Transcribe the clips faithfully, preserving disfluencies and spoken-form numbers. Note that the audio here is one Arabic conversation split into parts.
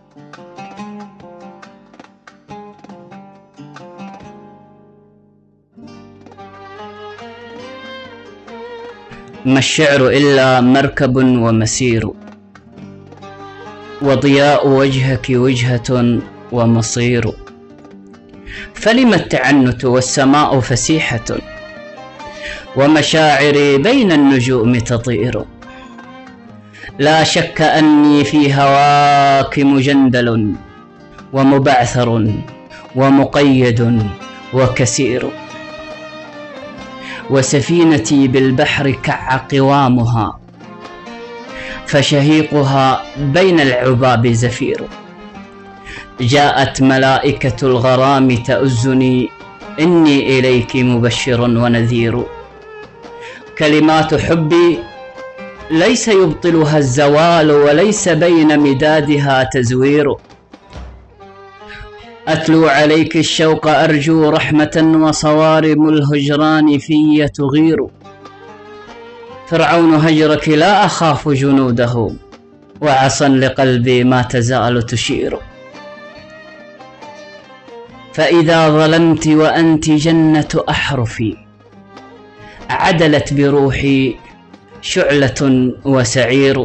ما الشعر إلا مركب ومسير، وضياء وجهك وجهة ومصير. فلم التعنت والسماء فسيحة، ومشاعري بين النجوم تطير. لا شك أني في هواك مجندل، ومبعثر ومقيد وكسير. وسفينتي بالبحر كع قوامها، فشهيقها بين العباب زفير. جاءت ملائكة الغرام تؤزني، إني إليك مبشر ونذير. كلمات حبي ليس يبطلها الزوال، وليس بين مدادها تزوير. أتلو عليك الشوق أرجو رحمة، وصوارم الهجران في تغير. فرعون هجرك لا أخاف جنوده، وعصا لقلبي ما تزال تشير. فإذا ظلمت وأنت جنة أحرفي، عدلت بروحي شعلة وسعير.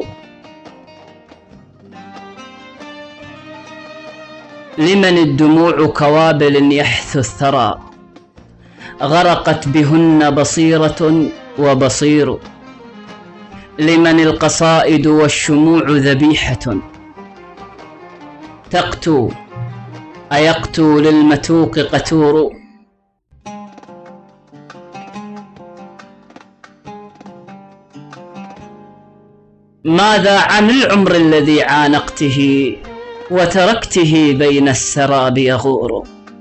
لمن الدموع كوابل يحث الثرى، غرقت بهن بصيرة وبصير. لمن القصائد والشموع ذبيحة، تقتو أيقتو للمتوق قتور. ماذا عن العمر الذي عانقته، وتركته بين السراب يغور.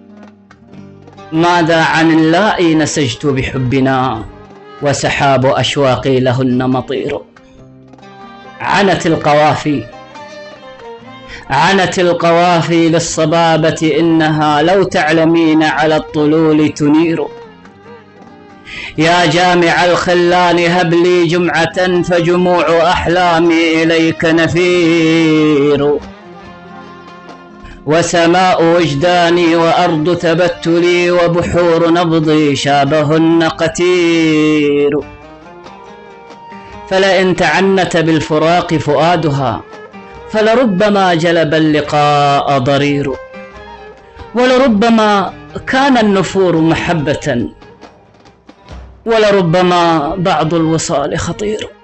ماذا عن اللائي نسجت بحبنا، وسحاب أشواقي لهن مطير. عنت القوافي عنت القوافي للصبابة، إنها لو تعلمين على الطلول تنير. يا جامع الخلان هب لي جمعة، فجموع أحلامي إليك نفير. وسماء وجداني وأرض تبتلي، وبحور نبضي شابهن قتير. فلئن تعنت بالفراق فؤادها، فلربما جلب اللقاء ضرير. ولربما كان النفور محبة، ولربما بعض الوصال خطير.